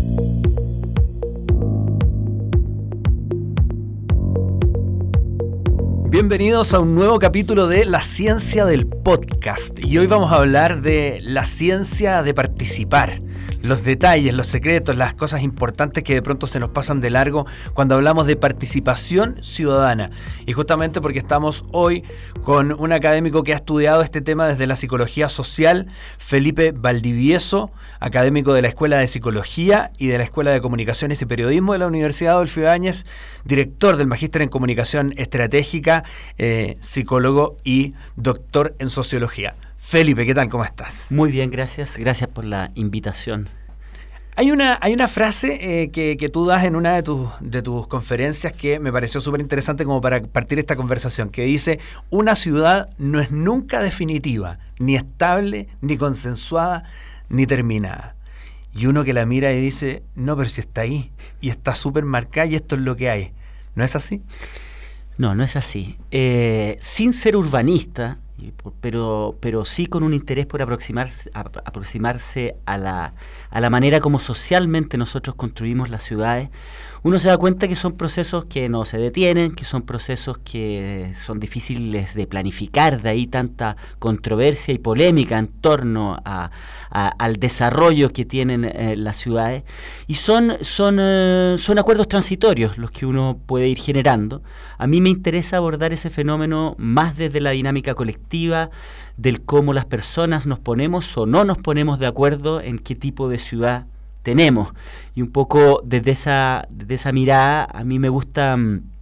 Bienvenidos a un nuevo capítulo de La Ciencia del Podcast. Y hoy vamos a hablar de la ciencia de participar. Los detalles, los secretos, las cosas importantes que de pronto se nos pasan de largo cuando hablamos de participación ciudadana. Y justamente porque estamos hoy con un académico que ha estudiado este tema desde la psicología social, Felipe Valdivieso, académico de la Escuela de Psicología y de la Escuela de Comunicaciones y Periodismo de la Universidad Adolfo Ibáñez, director del Magíster en Comunicación Estratégica, psicólogo y doctor en Sociología. Felipe, ¿qué tal? ¿Cómo estás? Muy bien, gracias. Gracias por la invitación. Hay una frase que tú das en una de tus conferencias que me pareció súper interesante como para partir esta conversación, que dice: una ciudad no es nunca definitiva, ni estable, ni consensuada, ni terminada. Y uno que la mira y dice: no, pero si está ahí, y está súper marcada, y esto es lo que hay. ¿No es así? No, no es así. Sin ser urbanista, pero sí con un interés por aproximarse a la manera como socialmente nosotros construimos las ciudades, uno se da cuenta que son procesos que no se detienen, que son procesos que son difíciles de planificar, de ahí tanta controversia y polémica en torno al desarrollo que tienen las ciudades, y son acuerdos transitorios los que uno puede ir generando. A mí me interesa abordar ese fenómeno más desde la dinámica colectiva, del cómo las personas nos ponemos o no nos ponemos de acuerdo en qué tipo de ciudad tenemos. Y un poco desde esa mirada, a mí me gusta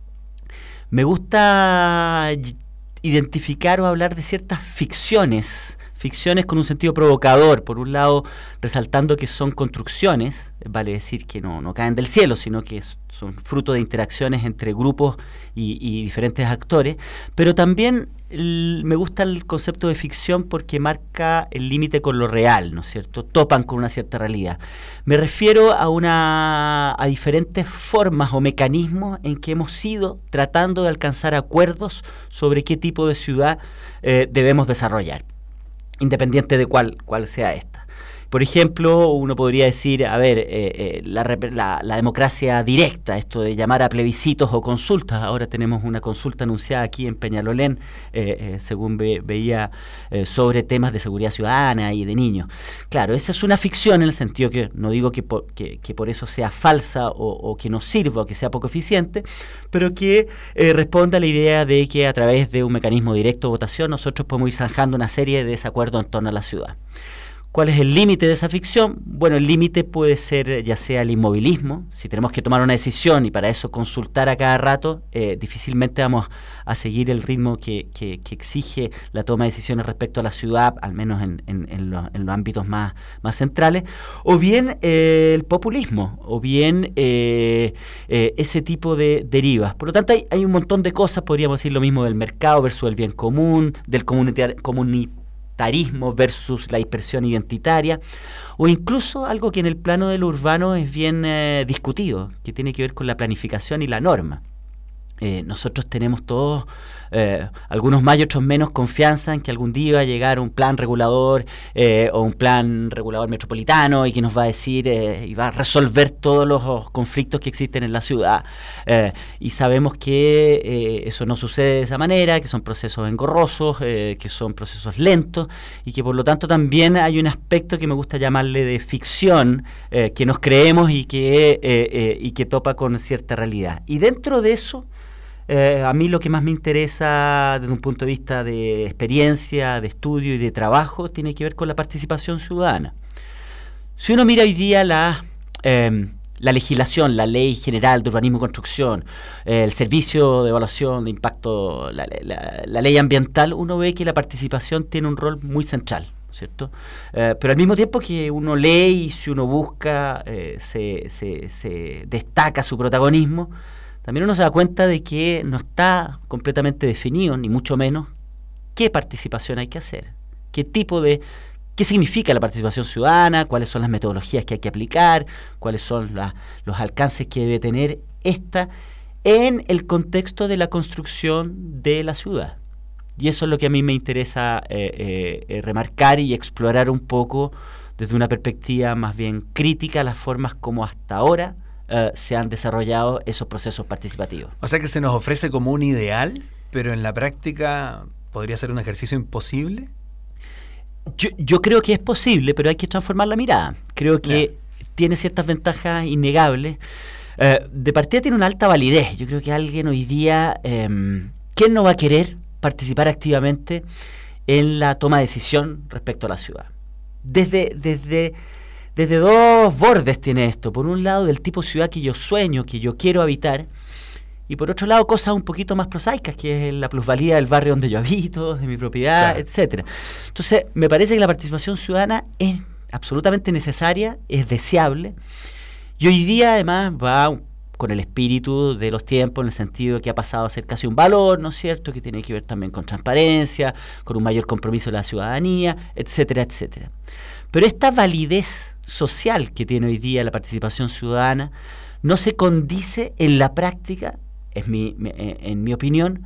identificar o hablar de ciertas ficciones con un sentido provocador, por un lado resaltando que son construcciones, vale decir que no caen del cielo, sino que son fruto de interacciones entre grupos y diferentes actores, pero también me gusta el concepto de ficción porque marca el límite con lo real, ¿no es cierto? Topan con una cierta realidad. Me refiero a diferentes formas o mecanismos en que hemos ido tratando de alcanzar acuerdos sobre qué tipo de ciudad debemos desarrollar, independiente de cuál sea esta. Por ejemplo, uno podría decir, la democracia directa, esto de llamar a plebiscitos o consultas. Ahora tenemos una consulta anunciada aquí en Peñalolén, según veía, sobre temas de seguridad ciudadana y de niños. Claro, esa es una ficción en el sentido que no digo que por eso sea falsa o que no sirva o que sea poco eficiente, pero que responde a la idea de que a través de un mecanismo directo de votación nosotros podemos ir zanjando una serie de desacuerdos en torno a la ciudad. ¿Cuál es el límite de esa ficción? Bueno, el límite puede ser ya sea el inmovilismo. Si tenemos que tomar una decisión y para eso consultar a cada rato, difícilmente vamos a seguir el ritmo que exige la toma de decisiones respecto a la ciudad, al menos en los ámbitos más centrales, o bien el populismo, o bien ese tipo de derivas. Por lo tanto, hay un montón de cosas, podríamos decir lo mismo del mercado versus el bien común, del comunitarismo versus la dispersión identitaria, o incluso algo que en el plano de lo urbano es bien discutido, que tiene que ver con la planificación y la norma. Nosotros tenemos todos, algunos más y otros menos, confianza en que algún día va a llegar un plan regulador o un plan regulador metropolitano y que nos va a decir y va a resolver todos los conflictos que existen en la ciudad. Y sabemos que eso no sucede de esa manera, que son procesos engorrosos, que son procesos lentos y que por lo tanto también hay un aspecto que me gusta llamarle de ficción, que nos creemos y que topa con cierta realidad. Y dentro de eso, a mí lo que más me interesa desde un punto de vista de experiencia, de estudio y de trabajo tiene que ver con la participación ciudadana. Si uno mira hoy día la legislación, la Ley General de Urbanismo y Construcción, el Servicio de Evaluación de Impacto, la Ley Ambiental, uno ve que la participación tiene un rol muy central, ¿cierto? Pero al mismo tiempo que uno lee y si uno busca, se destaca su protagonismo, también uno se da cuenta de que no está completamente definido, ni mucho menos, qué participación hay que hacer, qué significa la participación ciudadana, cuáles son las metodologías que hay que aplicar, cuáles son los alcances que debe tener esta en el contexto de la construcción de la ciudad. Y eso es lo que a mí me interesa remarcar y explorar un poco desde una perspectiva más bien crítica a las formas como hasta ahora se han desarrollado esos procesos participativos. O sea que se nos ofrece como un ideal, pero en la práctica podría ser un ejercicio imposible. Yo creo que es posible, pero hay que transformar la mirada. Creo que tiene ciertas ventajas innegables. De partida tiene una alta validez. Yo creo que alguien hoy día, ¿quién no va a querer participar activamente en la toma de decisión respecto a la ciudad? Desde dos bordes tiene esto. Por un lado, del tipo ciudad que yo sueño, que yo quiero habitar, y por otro lado, cosas un poquito más prosaicas, que es la plusvalía del barrio donde yo habito, de mi propiedad, etcétera. Entonces, me parece que la participación ciudadana es absolutamente necesaria, es deseable, y hoy día además va con el espíritu de los tiempos, en el sentido de que ha pasado a ser casi un valor, ¿no es cierto?, que tiene que ver también con transparencia, con un mayor compromiso de la ciudadanía, etcétera, etcétera. Pero esta validez social que tiene hoy día la participación ciudadana no se condice en la práctica, en mi opinión,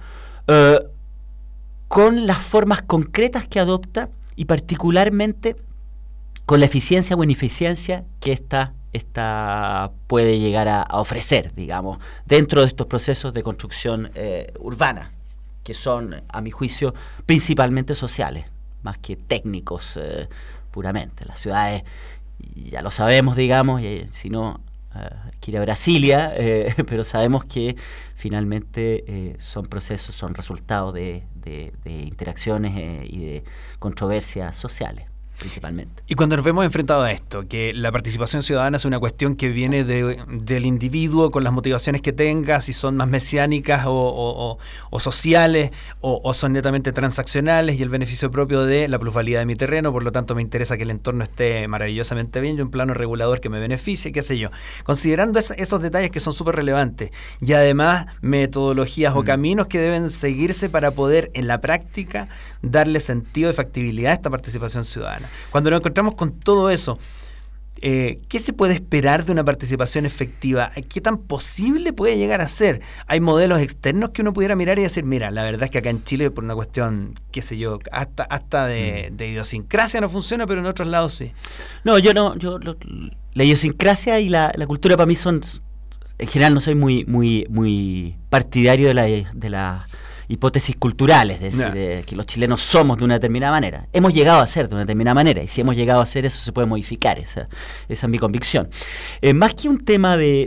con las formas concretas que adopta y particularmente con la eficiencia o ineficiencia que esta puede llegar a ofrecer, digamos, dentro de estos procesos de construcción urbana, que son, a mi juicio, principalmente sociales, más que técnicos puramente. Las ciudades, ya lo sabemos, digamos, si no, que ir a Brasilia, pero sabemos que finalmente son procesos, son resultados de interacciones y de controversias sociales, principalmente. Y cuando nos vemos enfrentados a esto, que la participación ciudadana es una cuestión que viene del individuo con las motivaciones que tenga, si son más mesiánicas o sociales o son netamente transaccionales, y el beneficio propio de la plusvalía de mi terreno, por lo tanto me interesa que el entorno esté maravillosamente bien, yo un plano regulador que me beneficie, qué sé yo. Considerando esos detalles que son súper relevantes y además metodologías o caminos que deben seguirse para poder en la práctica darle sentido de factibilidad a esta participación ciudadana. Cuando nos encontramos con todo eso, ¿qué se puede esperar de una participación efectiva? ¿Qué tan posible puede llegar a ser? ¿Hay modelos externos que uno pudiera mirar y decir, mira, la verdad es que acá en Chile, por una cuestión, qué sé yo, hasta de idiosincrasia no funciona, pero en otros lados sí? No, la idiosincrasia y la cultura para mí son, en general no soy muy partidario de la hipótesis culturales, es decir, que los chilenos somos de una determinada manera. Hemos llegado a ser de una determinada manera, y si hemos llegado a ser eso se puede modificar, esa es mi convicción. Más que un tema de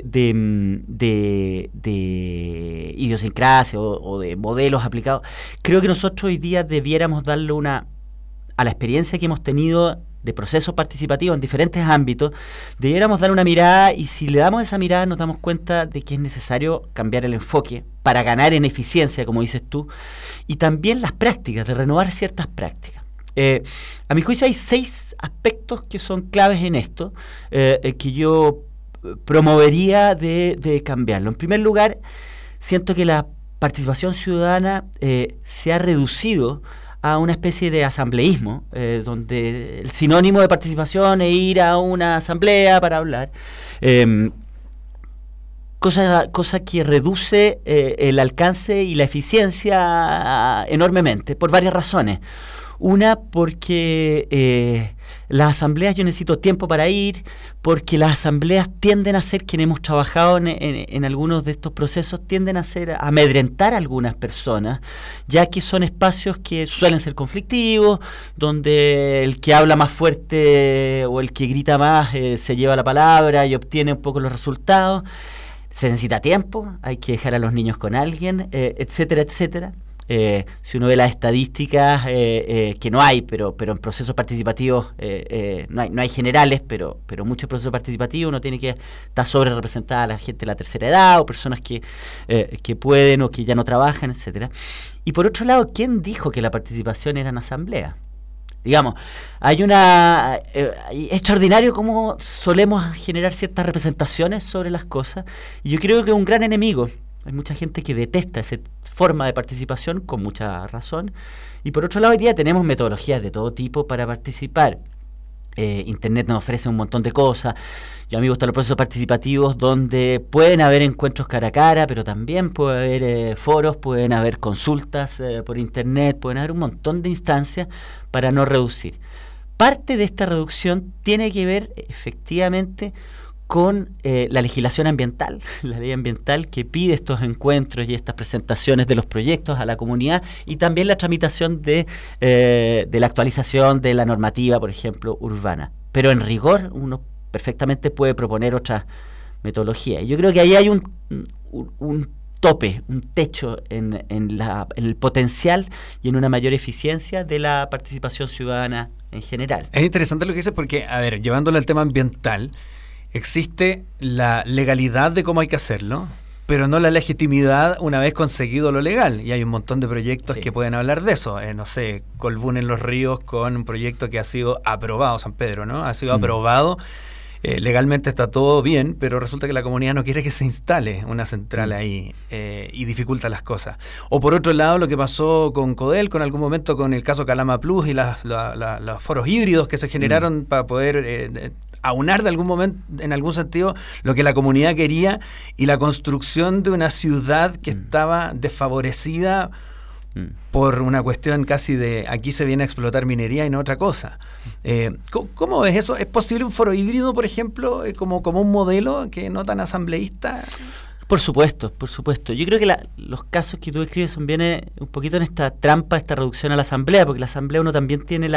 idiosincrasia o de modelos aplicados, creo que nosotros hoy día debiéramos darle a la experiencia que hemos tenido de procesos participativos en diferentes ámbitos, debiéramos dar una mirada, y si le damos esa mirada nos damos cuenta de que es necesario cambiar el enfoque para ganar en eficiencia, como dices tú, y también las prácticas, de renovar ciertas prácticas. A mi juicio hay 6 aspectos que son claves en esto, que yo promovería de cambiarlo. En primer lugar, siento que la participación ciudadana se ha reducido a una especie de asambleísmo, donde el sinónimo de participación es ir a una asamblea para hablar, cosa que reduce el alcance y la eficiencia enormemente, por varias razones. Una, porque las asambleas yo necesito tiempo para ir, porque las asambleas tienden a ser, quienes hemos trabajado en algunos de estos procesos, tienden a amedrentar a algunas personas, ya que son espacios que suelen ser conflictivos, donde el que habla más fuerte o el que grita más se lleva la palabra y obtiene un poco los resultados. Se necesita tiempo, hay que dejar a los niños con alguien, etcétera, etcétera. Si uno ve las estadísticas, que no hay, pero en procesos participativos no hay generales, pero muchos procesos participativos uno tiene que estar sobre representada a la gente de la tercera edad o personas que pueden o que ya no trabajan, etcétera. Y por otro lado, ¿quién dijo que la participación era en asamblea? Digamos, es extraordinario cómo solemos generar ciertas representaciones sobre las cosas, y yo creo que es un gran enemigo. Hay mucha gente que detesta esa forma de participación, con mucha razón. Y por otro lado, hoy día tenemos metodologías de todo tipo para participar. Internet nos ofrece un montón de cosas. Yo a mí me gustan los procesos participativos donde pueden haber encuentros cara a cara, pero también puede haber foros, pueden haber consultas por Internet, pueden haber un montón de instancias para no reducir. Parte de esta reducción tiene que ver efectivamente con la legislación ambiental, la ley ambiental que pide estos encuentros y estas presentaciones de los proyectos a la comunidad, y también la tramitación de la actualización de la normativa, por ejemplo, urbana. Pero en rigor uno perfectamente puede proponer otras metodologías. Y yo creo que ahí hay un tope, un techo en el potencial y en una mayor eficiencia de la participación ciudadana en general. Es interesante lo que dices porque, a ver, llevándolo al tema ambiental, existe la legalidad de cómo hay que hacerlo, pero no la legitimidad una vez conseguido lo legal. Y hay un montón de proyectos que pueden hablar de eso. No sé, Colbún en los Ríos con un proyecto que ha sido aprobado, San Pedro, ¿no? Ha sido aprobado. Legalmente está todo bien, pero resulta que la comunidad no quiere que se instale una central ahí y dificulta las cosas. O por otro lado, lo que pasó con Codel, con algún momento con el caso Calama Plus y los foros híbridos que se generaron para poder aunar de algún momento, en algún sentido, lo que la comunidad quería y la construcción de una ciudad que estaba desfavorecida por una cuestión casi de aquí se viene a explotar minería y no otra cosa. ¿Cómo ves eso? ¿Es posible un foro híbrido, por ejemplo, como un modelo que no tan asambleísta? Por supuesto, por supuesto. Yo creo que los casos que tú describes son bien un poquito en esta trampa, esta reducción a la asamblea, porque la asamblea uno también tiene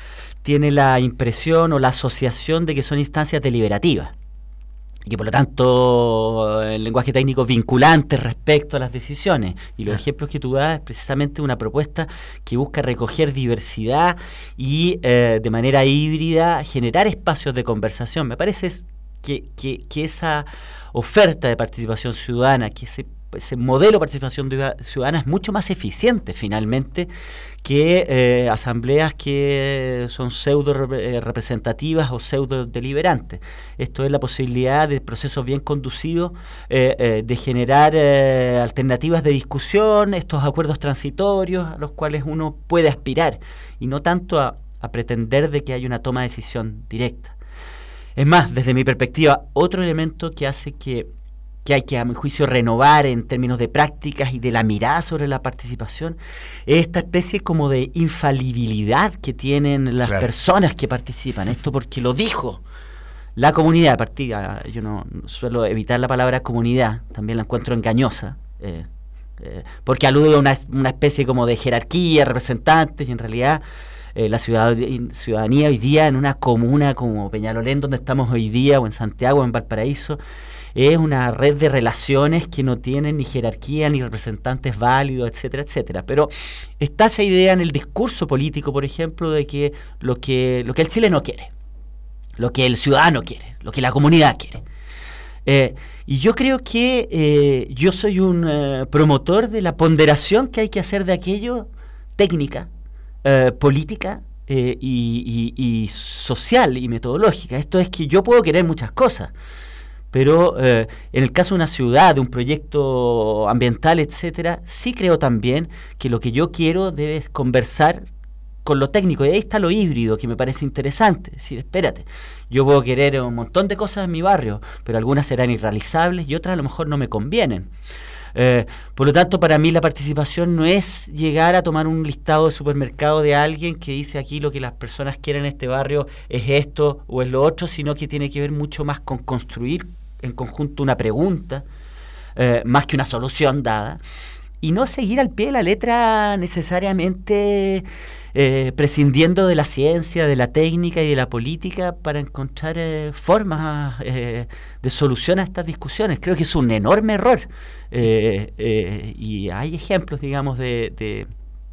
la impresión o la asociación de que son instancias deliberativas. Y que por lo tanto el lenguaje técnico vinculante respecto a las decisiones. Y los ejemplos que tú das es precisamente una propuesta que busca recoger diversidad y de manera híbrida generar espacios de conversación. Me parece que esa oferta de participación ciudadana, que ese modelo de participación ciudadana es mucho más eficiente finalmente que asambleas que son pseudo representativas o pseudo deliberantes. Esto es la posibilidad de procesos bien conducidos, de generar alternativas de discusión, estos acuerdos transitorios a los cuales uno puede aspirar y no tanto a pretender de que haya una toma de decisión directa. Es más, desde mi perspectiva, otro elemento que hace que hay que, a mi juicio, renovar en términos de prácticas y de la mirada sobre la participación, es esta especie como de infalibilidad que tienen las personas que participan. Esto porque lo dijo la comunidad. Partida, yo no suelo evitar la palabra comunidad, también la encuentro engañosa, porque alude a una especie como de jerarquía, representantes, y en realidad la ciudadanía hoy día en una comuna como Peñalolén, donde estamos hoy día, o en Santiago, o en Valparaíso, es una red de relaciones que no tienen ni jerarquía, ni representantes válidos, etcétera, etcétera. Pero está esa idea en el discurso político, por ejemplo, de que lo que el chileno quiere, lo que el ciudadano quiere, lo que la comunidad quiere. Y yo creo que yo soy un promotor de la ponderación que hay que hacer de aquello técnica, política y social y metodológica. Esto es que yo puedo querer muchas cosas, pero en el caso de una ciudad, de un proyecto ambiental, etcétera, sí creo también que lo que yo quiero debe conversar con lo técnico, y ahí está lo híbrido, que me parece interesante. Es decir, espérate, yo puedo querer un montón de cosas en mi barrio, pero algunas serán irrealizables y otras a lo mejor no me convienen. Por lo tanto, para mí la participación no es llegar a tomar un listado de supermercado de alguien que dice aquí lo que las personas quieren en este barrio es esto o es lo otro, sino que tiene que ver mucho más con construir en conjunto una pregunta, más que una solución dada, y no seguir al pie de la letra necesariamente prescindiendo de la ciencia, de la técnica y de la política para encontrar formas de solución a estas discusiones. Creo que es un enorme error, y hay ejemplos, digamos, de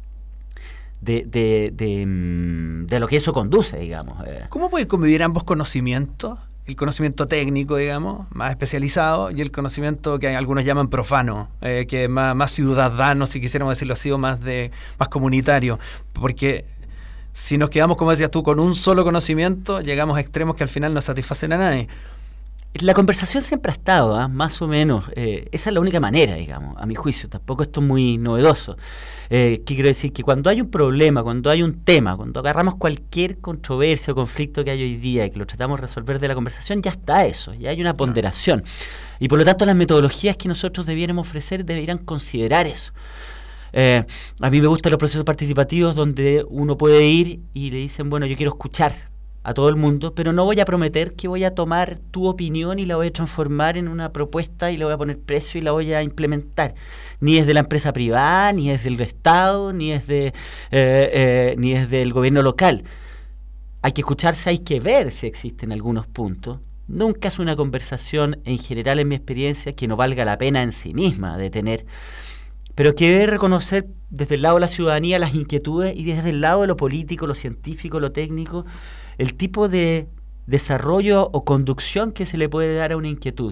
lo que eso conduce, digamos. ¿Cómo pueden convivir ambos conocimientos? El conocimiento técnico, digamos, más especializado, y el conocimiento que algunos llaman profano, que es más ciudadano, si quisiéramos decirlo así, o más comunitario. Porque si nos quedamos, como decías tú, con un solo conocimiento, llegamos a extremos que al final no satisfacen a nadie. La conversación siempre ha estado, más o menos. Esa es la única manera, digamos, a mi juicio. Tampoco esto es muy novedoso. ¿Qué quiero decir? Que cuando hay un problema, cuando hay un tema, cuando agarramos cualquier controversia o conflicto que hay hoy día y que lo tratamos de resolver de la conversación, ya está eso, ya hay una ponderación. Y por lo tanto las metodologías que nosotros debiéramos ofrecer deberían considerar eso. A mí me gustan los procesos participativos donde uno puede ir y le dicen, bueno, yo quiero escuchar a todo el mundo, pero no voy a prometer que voy a tomar tu opinión y la voy a transformar en una propuesta y le voy a poner precio y la voy a implementar. Ni es de la empresa privada, ni es del Estado, ni es ni es del gobierno local. Hay que escucharse, hay que ver si existen algunos puntos. Nunca es una conversación, en general en mi experiencia, que no valga la pena en sí misma de tener, pero que debe reconocer desde el lado de la ciudadanía las inquietudes y desde el lado de lo político, lo científico, lo técnico, el tipo de desarrollo o conducción que se le puede dar a una inquietud.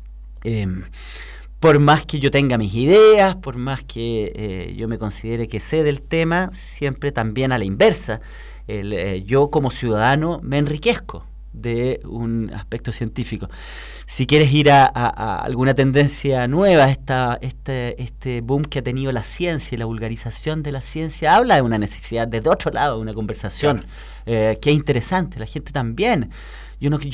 Por más que yo tenga mis ideas, por más que yo me considere que sé del tema, siempre también a la inversa. Yo como ciudadano me enriquezco de un aspecto científico. Si quieres ir a alguna tendencia nueva, este boom que ha tenido la ciencia y la vulgarización de la ciencia, habla de una necesidad desde otro lado, de una conversación que es interesante. La gente también. Yo no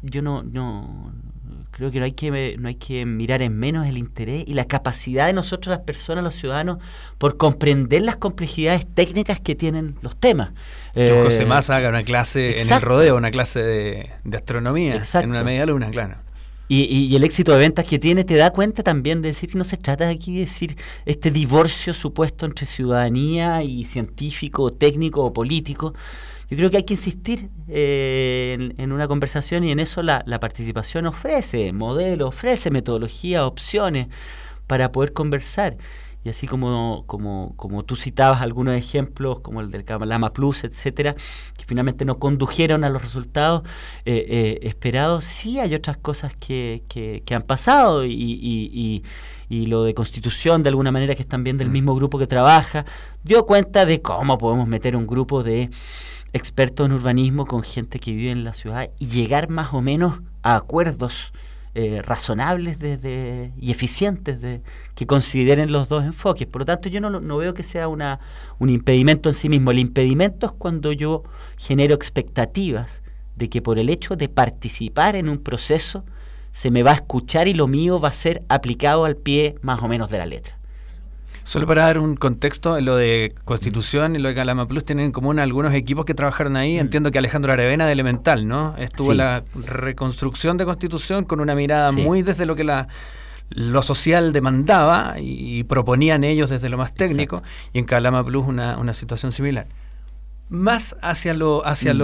creo que no hay que mirar en menos el interés y la capacidad de nosotros, las personas, los ciudadanos, por comprender las complejidades técnicas que tienen los temas. Que José Massa haga una clase exacto. En el rodeo, una clase de astronomía, exacto. En una media luna, claro. Y el éxito de ventas que tiene te da cuenta también de decir que no se trata aquí de decir este divorcio supuesto entre ciudadanía y científico, técnico o político. Yo creo que hay que insistir en una conversación, y en eso la participación ofrece modelos, ofrece metodología, opciones para poder conversar. Y así como tú citabas algunos ejemplos, como el del Lama Plus, etcétera, que finalmente no condujeron a los resultados esperados, sí hay otras cosas que han pasado, y lo de Constitución, de alguna manera, que es también del mismo grupo que trabaja, dio cuenta de cómo podemos meter un grupo de expertos en urbanismo con gente que vive en la ciudad y llegar más o menos a acuerdos razonables y eficientes que consideren los dos enfoques. Por lo tanto, yo no veo que sea un impedimento en sí mismo. El impedimento es cuando yo genero expectativas de que por el hecho de participar en un proceso se me va a escuchar y lo mío va a ser aplicado al pie más o menos de la letra. Solo para dar un contexto, lo de Constitución y lo de Calama Plus tienen en común algunos equipos que trabajaron ahí. Entiendo que Alejandro Aravena de Elemental, ¿no? Estuvo en la reconstrucción de Constitución con una mirada muy desde lo que lo social demandaba y proponían ellos desde lo más técnico. Exacto. Y en Calama Plus una situación similar. Más hacia lo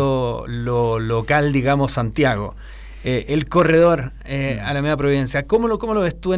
local, digamos, Santiago. El corredor Alameda Providencia, ¿cómo lo ves tú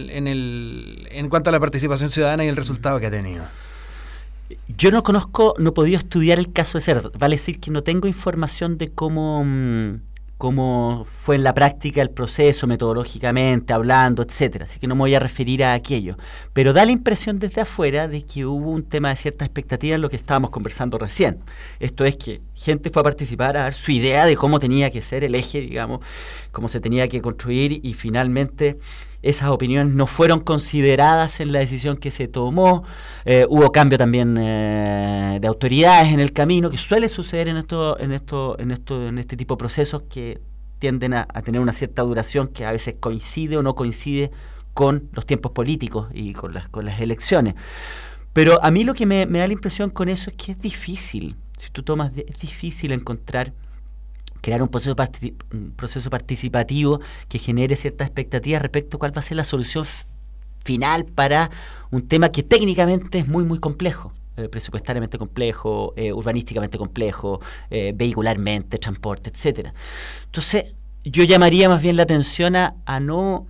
en cuanto a la participación ciudadana y el resultado que ha tenido? Yo no he podido estudiar el caso de Cerdo, vale decir que no tengo información de cómo fue en la práctica el proceso, metodológicamente, hablando, etcétera, así que no me voy a referir a aquello, pero da la impresión desde afuera de que hubo un tema de cierta expectativa en lo que estábamos conversando recién. Esto es que gente fue a participar a dar su idea de cómo tenía que ser el eje, digamos, cómo se tenía que construir, y finalmente esas opiniones no fueron consideradas en la decisión que se tomó. Hubo cambio también de autoridades en el camino, que suele suceder en este tipo de procesos que tienden a tener una cierta duración que a veces coincide o no coincide con los tiempos políticos y con las elecciones. Pero a mí lo que me da la impresión con eso es que es difícil. Si tú es difícil crear un proceso participativo que genere ciertas expectativas respecto a cuál va a ser la solución final para un tema que técnicamente es muy, muy complejo, presupuestariamente complejo, urbanísticamente complejo, vehicularmente, transporte, etcétera. Entonces, yo llamaría más bien la atención a no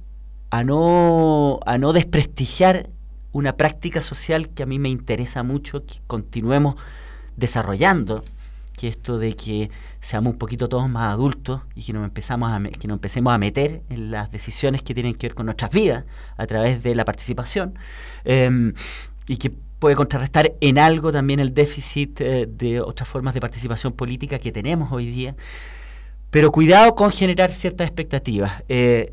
desprestigiar una práctica social que a mí me interesa mucho que continuemos desarrollando, que esto de que seamos un poquito todos más adultos y que nos empecemos a meter en las decisiones que tienen que ver con nuestras vidas a través de la participación, y que puede contrarrestar en algo también el déficit de otras formas de participación política que tenemos hoy día. Pero cuidado con generar ciertas expectativas.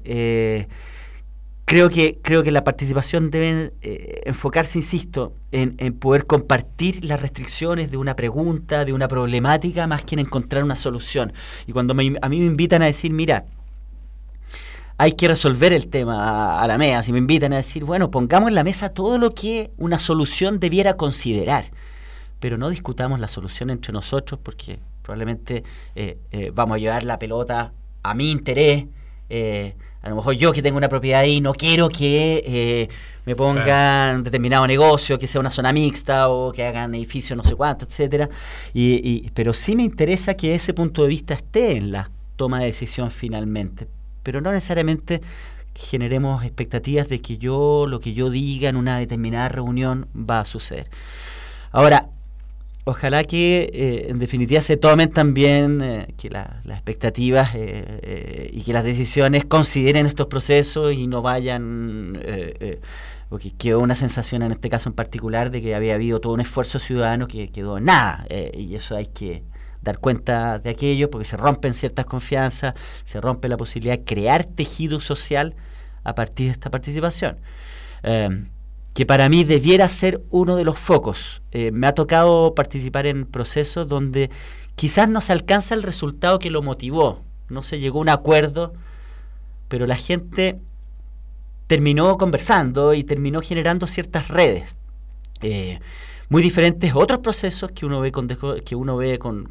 Creo que la participación debe enfocarse, insisto, en poder compartir las restricciones de una pregunta, de una problemática, más que en encontrar una solución. Y cuando a mí me invitan a decir, mira, hay que resolver el tema a la mesa. Si me invitan a decir, bueno, pongamos en la mesa todo lo que una solución debiera considerar, pero no discutamos la solución entre nosotros, porque probablemente vamos a llevar la pelota a mi interés. A lo mejor yo, que tengo una propiedad ahí, no quiero que me pongan determinado negocio, que sea una zona mixta o que hagan edificios no sé cuánto, etcétera. Pero sí me interesa que ese punto de vista esté en la toma de decisión finalmente, pero no necesariamente generemos expectativas de que lo que yo diga en una determinada reunión va a suceder. Ahora, ojalá que en definitiva se tomen también que las expectativas y que las decisiones consideren estos procesos y no vayan, porque quedó una sensación en este caso en particular de que había habido todo un esfuerzo ciudadano que quedó en nada, y eso hay que dar cuenta de aquello, porque se rompen ciertas confianzas, se rompe la posibilidad de crear tejido social a partir de esta participación, que para mí debiera ser uno de los focos. Me ha tocado participar en procesos donde quizás no se alcanza el resultado que lo motivó, no se llegó a un acuerdo, pero la gente terminó conversando y terminó generando ciertas redes. Muy diferentes a otros procesos que uno ve con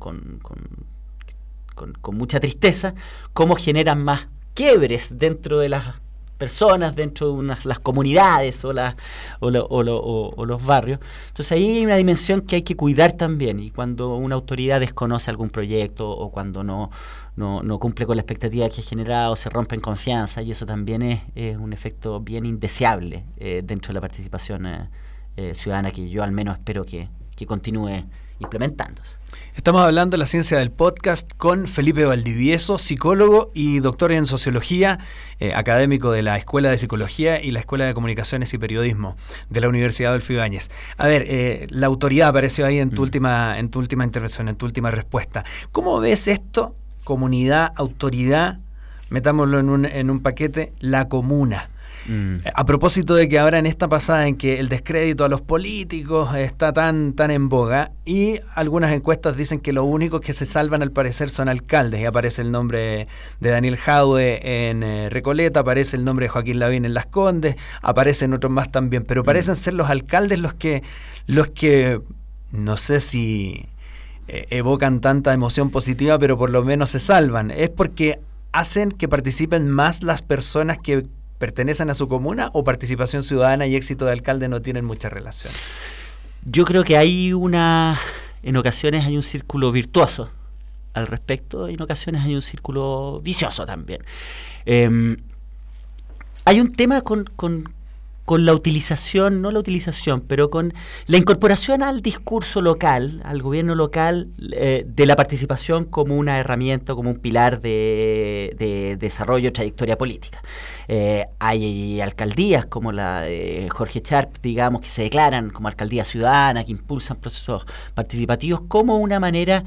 mucha tristeza, cómo generan más quiebres dentro de las personas, dentro de las comunidades o los barrios. Entonces ahí hay una dimensión que hay que cuidar también, y cuando una autoridad desconoce algún proyecto o cuando no cumple con la expectativa que ha generado, se rompe en confianza, y eso también es un efecto bien indeseable dentro de la participación ciudadana, que yo al menos espero que continúe implementándose. Estamos hablando de la ciencia del podcast con Felipe Valdivieso, psicólogo y doctor en sociología, académico de la Escuela de Psicología y la Escuela de Comunicaciones y Periodismo de la Universidad Adolfo Ibáñez. A ver, la autoridad apareció ahí en tu última intervención, en tu última respuesta. ¿Cómo ves esto? Comunidad, autoridad, metámoslo en un paquete, la comuna. A propósito de que ahora en esta pasada en que el descrédito a los políticos está tan en boga, y algunas encuestas dicen que los únicos que se salvan al parecer son alcaldes, y aparece el nombre de Daniel Jadwe en Recoleta, aparece el nombre de Joaquín Lavín en Las Condes, aparecen otros más también, pero parecen ser los alcaldes los que no sé si evocan tanta emoción positiva, pero por lo menos se salvan. ¿Es porque hacen que participen más las personas que pertenecen a su comuna, o participación ciudadana y éxito de alcalde no tienen mucha relación? Yo creo que en ocasiones hay un círculo virtuoso al respecto, y en ocasiones hay un círculo vicioso también. Hay un tema con la utilización, no la utilización, pero con la incorporación al discurso local, al gobierno local, de la participación como una herramienta, como un pilar de desarrollo, trayectoria política. Hay alcaldías como la de Jorge Sharp, digamos, que se declaran como alcaldía ciudadana, que impulsan procesos participativos como una manera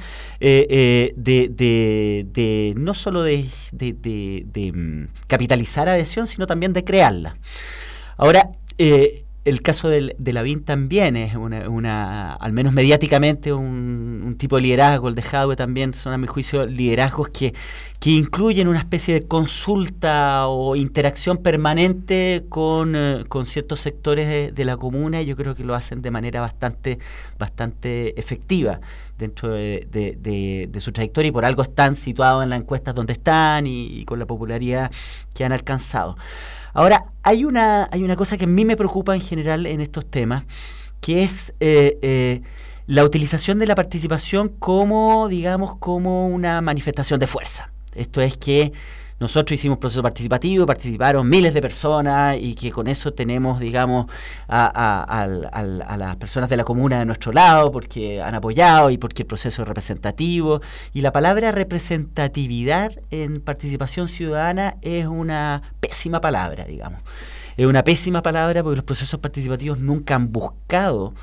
de no solo de capitalizar adhesión, sino también de crearla. Ahora, el caso de Lavín también es al menos mediáticamente, un tipo de liderazgo. El de Jadwe también son, a mi juicio, liderazgos que incluyen una especie de consulta o interacción permanente con ciertos sectores de la comuna, y yo creo que lo hacen de manera bastante efectiva dentro de su trayectoria, y por algo están situados en las encuestas donde están y con la popularidad que han alcanzado. Ahora, hay una cosa que a mí me preocupa en general en estos temas, que es la utilización de la participación como una manifestación de fuerza. Esto es que nosotros hicimos proceso participativo, participaron miles de personas, y que con eso tenemos, a las personas de la comuna de nuestro lado, porque han apoyado y porque el proceso es representativo. Y la palabra representatividad en participación ciudadana es una pésima palabra, digamos. Es una pésima palabra porque los procesos participativos nunca han buscado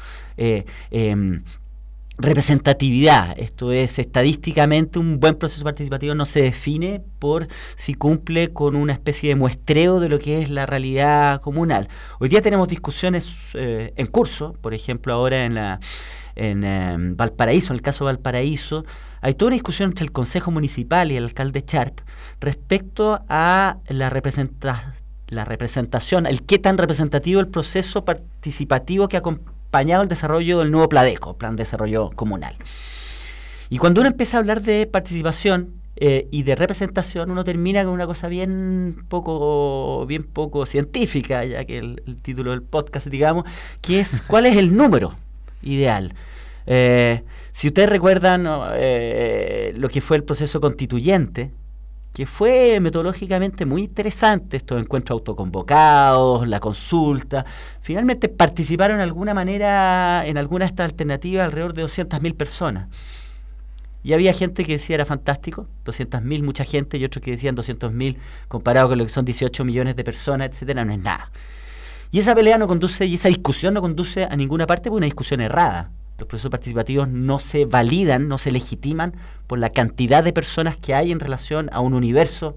representatividad. Esto es, estadísticamente, un buen proceso participativo no se define por si cumple con una especie de muestreo de lo que es la realidad comunal. Hoy día tenemos discusiones en curso, por ejemplo, ahora en Valparaíso, en el caso de Valparaíso, hay toda una discusión entre el Consejo Municipal y el alcalde Sharp respecto a la representación, el qué tan representativo el proceso participativo que ha acompañado el desarrollo del nuevo PLADECO, Plan de Desarrollo Comunal. Y cuando uno empieza a hablar de participación y de representación, uno termina con una cosa bien poco científica, ya que el título del podcast, digamos, que es ¿cuál es el número ideal? Si ustedes recuerdan lo que fue el proceso constituyente, que fue metodológicamente muy interesante, estos encuentros autoconvocados, la consulta, finalmente participaron de alguna manera en alguna de estas alternativas alrededor de 200.000 personas. Y había gente que decía era fantástico, 200.000, mucha gente, y otros que decían 200.000 comparado con lo que son 18 millones de personas, etcétera, no es nada. Y esa pelea no conduce, y esa discusión no conduce a ninguna parte, porque es una discusión errada. Los procesos participativos no se validan, no se legitiman por la cantidad de personas que hay en relación a un universo,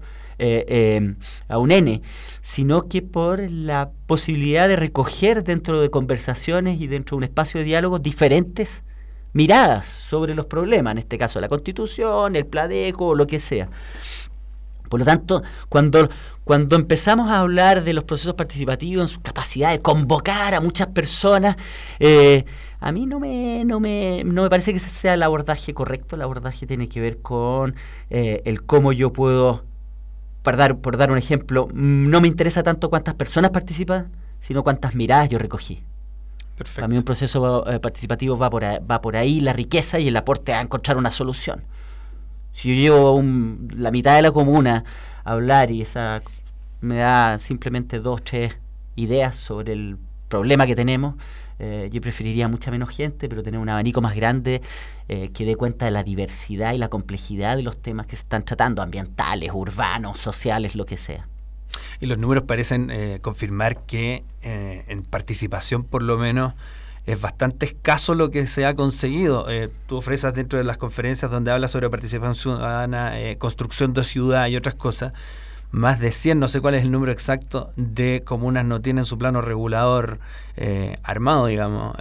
a un N, sino que por la posibilidad de recoger dentro de conversaciones y dentro de un espacio de diálogo diferentes miradas sobre los problemas, en este caso la Constitución, el PLADECO, lo que sea. Por lo tanto, cuando empezamos a hablar de los procesos participativos en su capacidad de convocar a muchas personas, a mí no me parece que ese sea el abordaje correcto. El abordaje tiene que ver con el cómo yo puedo, por dar un ejemplo, no me interesa tanto cuántas personas participan, sino cuántas miradas yo recogí. Perfecto. Para mí un proceso participativo va por ahí, la riqueza y el aporte a encontrar una solución. Si yo llevo la mitad de la comuna a hablar y esa me da simplemente 2 o 3 ideas sobre el problema que tenemos, yo preferiría mucha menos gente, pero tener un abanico más grande que dé cuenta de la diversidad y la complejidad de los temas que se están tratando, ambientales, urbanos, sociales, lo que sea. Y los números parecen confirmar que en participación, por lo menos, es bastante escaso lo que se ha conseguido. Tú ofreces dentro de las conferencias donde hablas sobre participación ciudadana, construcción de ciudad y otras cosas, más de 100, no sé cuál es el número exacto, de comunas no tienen su plano regulador armado, digamos.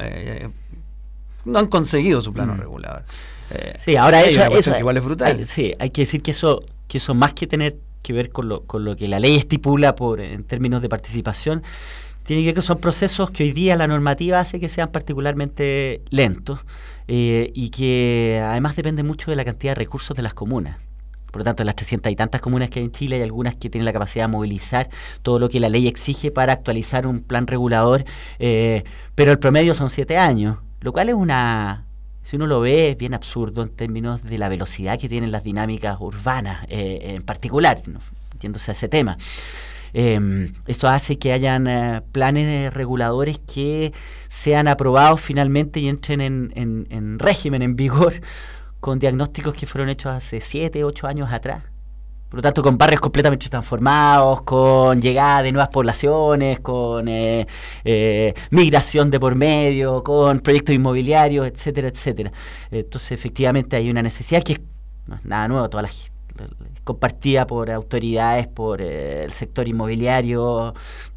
No han conseguido su plano regulador. Sí, ahora eso que igual es brutal. Sí, hay que decir que eso más que tener que ver con lo que la ley estipula en términos de participación, tiene que ver que son procesos que hoy día la normativa hace que sean particularmente lentos y que además dependen mucho de la cantidad de recursos de las comunas. Por lo tanto, en las 300 y tantas comunas que hay en Chile, hay algunas que tienen la capacidad de movilizar todo lo que la ley exige para actualizar un plan regulador, pero el promedio son 7 años, lo cual es si uno lo ve, es bien absurdo en términos de la velocidad que tienen las dinámicas urbanas, en particular, ¿no? Yéndose a ese tema. Esto hace que hayan planes reguladores que sean aprobados finalmente y entren en régimen, en vigor, con diagnósticos que fueron hechos hace 7, 8 años atrás. Por lo tanto, con barrios completamente transformados, con llegada de nuevas poblaciones, con migración de por medio, con proyectos inmobiliarios, etcétera, etcétera. Entonces, efectivamente, hay una necesidad que no es nada nuevo, compartida por autoridades, por el sector inmobiliario,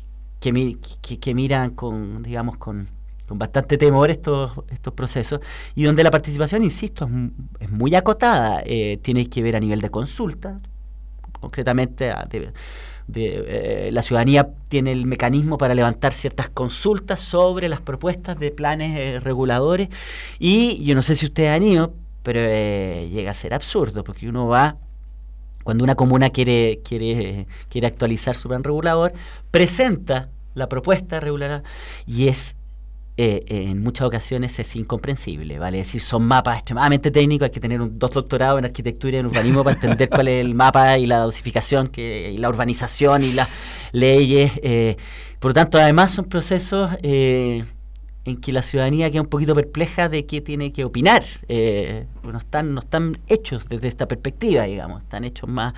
que miran con bastante temor estos procesos, y donde la participación, insisto, es muy acotada. Tiene que ver a nivel de consulta. Concretamente, la ciudadanía tiene el mecanismo para levantar ciertas consultas sobre las propuestas de planes reguladores, y yo no sé si ustedes han ido, pero llega a ser absurdo, porque uno va, cuando una comuna quiere actualizar su plan regulador, presenta la propuesta regular y en muchas ocasiones es incomprensible, ¿vale? Es decir, son mapas extremadamente técnicos, hay que tener 2 doctorados en arquitectura y en urbanismo para entender cuál es el mapa y la dosificación y la urbanización y las leyes. Por lo tanto, además son procesos en que la ciudadanía queda un poquito perpleja de qué tiene que opinar. No están hechos desde esta perspectiva, digamos, están hechos más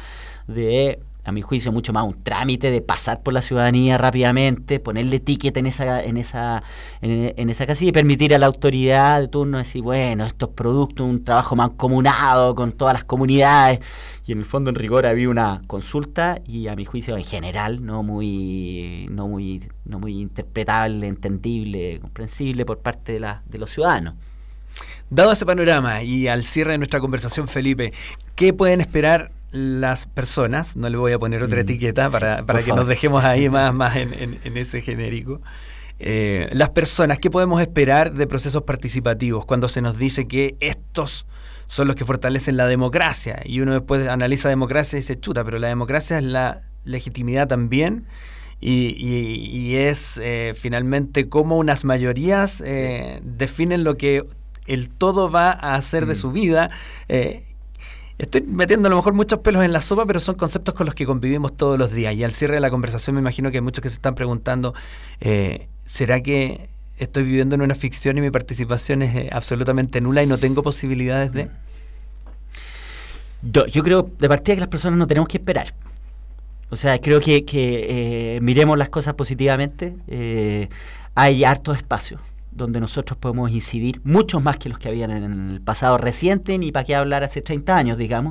a mi juicio, mucho más un trámite de pasar por la ciudadanía rápidamente, ponerle etiqueta en esa casilla y permitir a la autoridad de turno decir, bueno, estos productos, un trabajo mancomunado con todas las comunidades, y en el fondo, en rigor, había una consulta y, a mi juicio, en general, no muy interpretable, entendible, comprensible por parte de los ciudadanos. Dado ese panorama y al cierre de nuestra conversación, Felipe, ¿qué pueden esperar las personas? No le voy a poner otra etiqueta para que nos dejemos ahí más en ese genérico. Las personas, ¿qué podemos esperar de procesos participativos cuando se nos dice que estos son los que fortalecen la democracia? Y uno después analiza democracia y dice, chuta, pero la democracia es la legitimidad también. Y es finalmente cómo unas mayorías definen lo que el todo va a hacer de su vida. Estoy metiendo a lo mejor muchos pelos en la sopa, pero son conceptos con los que convivimos todos los días. Y al cierre de la conversación me imagino que hay muchos que se están preguntando, ¿será que estoy viviendo en una ficción y mi participación es absolutamente nula y no tengo posibilidades de...? Yo creo de partida que las personas no tenemos que esperar. O sea, creo que miremos las cosas positivamente. Hay hartos espacios donde nosotros podemos incidir, muchos más que los que habían en el pasado reciente, ni para qué hablar hace 30 años, digamos.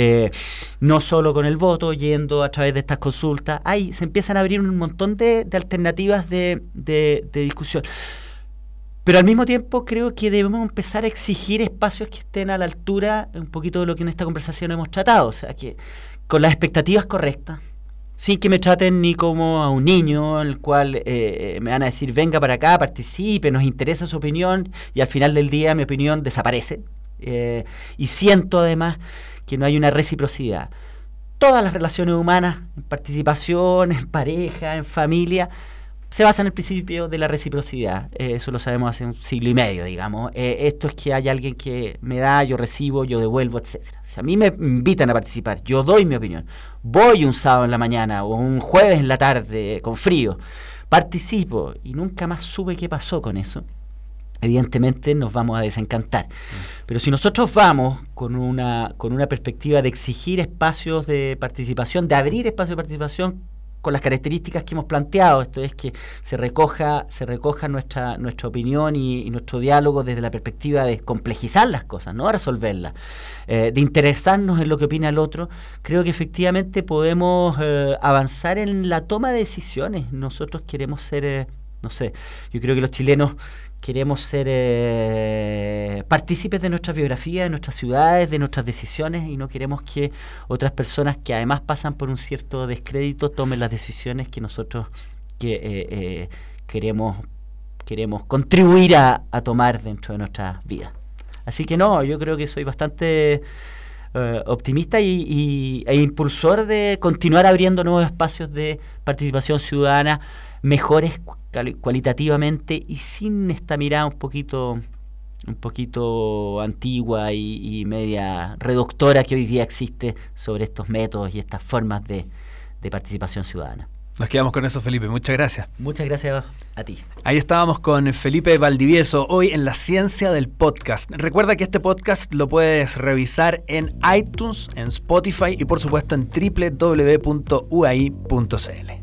No solo con el voto, yendo a través de estas consultas. Se empiezan a abrir un montón de alternativas de discusión. Pero al mismo tiempo creo que debemos empezar a exigir espacios que estén a la altura un poquito de lo que en esta conversación hemos tratado. O sea, que con las expectativas correctas, sin que me traten ni como a un niño, el cual me van a decir, venga para acá, participe, nos interesa su opinión, y al final del día mi opinión desaparece. Y siento además que no hay una reciprocidad. Todas las relaciones humanas, en participación, en pareja, en familia, se basa en el principio de la reciprocidad. Eso lo sabemos hace 1,5 siglos, digamos. Esto es que hay alguien que me da, yo recibo, yo devuelvo, etcétera. Si a mí me invitan a participar, yo doy mi opinión. Voy un sábado en la mañana o un jueves en la tarde con frío, participo y nunca más supe qué pasó con eso. Evidentemente nos vamos a desencantar. Pero si nosotros vamos con una perspectiva de exigir espacios de participación, de abrir espacios de participación, con las características que hemos planteado, esto es que se recoja nuestra opinión y nuestro diálogo desde la perspectiva de complejizar las cosas, no resolverlas, de interesarnos en lo que opina el otro. Creo que efectivamente podemos avanzar en la toma de decisiones. Nosotros queremos ser, yo creo que los chilenos queremos ser partícipes de nuestra biografía, de nuestras ciudades, de nuestras decisiones, y no queremos que otras personas que además pasan por un cierto descrédito tomen las decisiones que nosotros queremos contribuir a tomar dentro de nuestras vidas. Así que yo creo que soy bastante optimista e impulsor de continuar abriendo nuevos espacios de participación ciudadana, mejores cualitativamente y sin esta mirada un poquito antigua y media reductora que hoy día existe sobre estos métodos y estas formas de participación ciudadana. Nos quedamos con eso, Felipe. Muchas gracias. Muchas gracias a ti. Ahí estábamos con Felipe Valdivieso, hoy en La Ciencia del Podcast. Recuerda que este podcast lo puedes revisar en iTunes, en Spotify y por supuesto en www.uai.cl.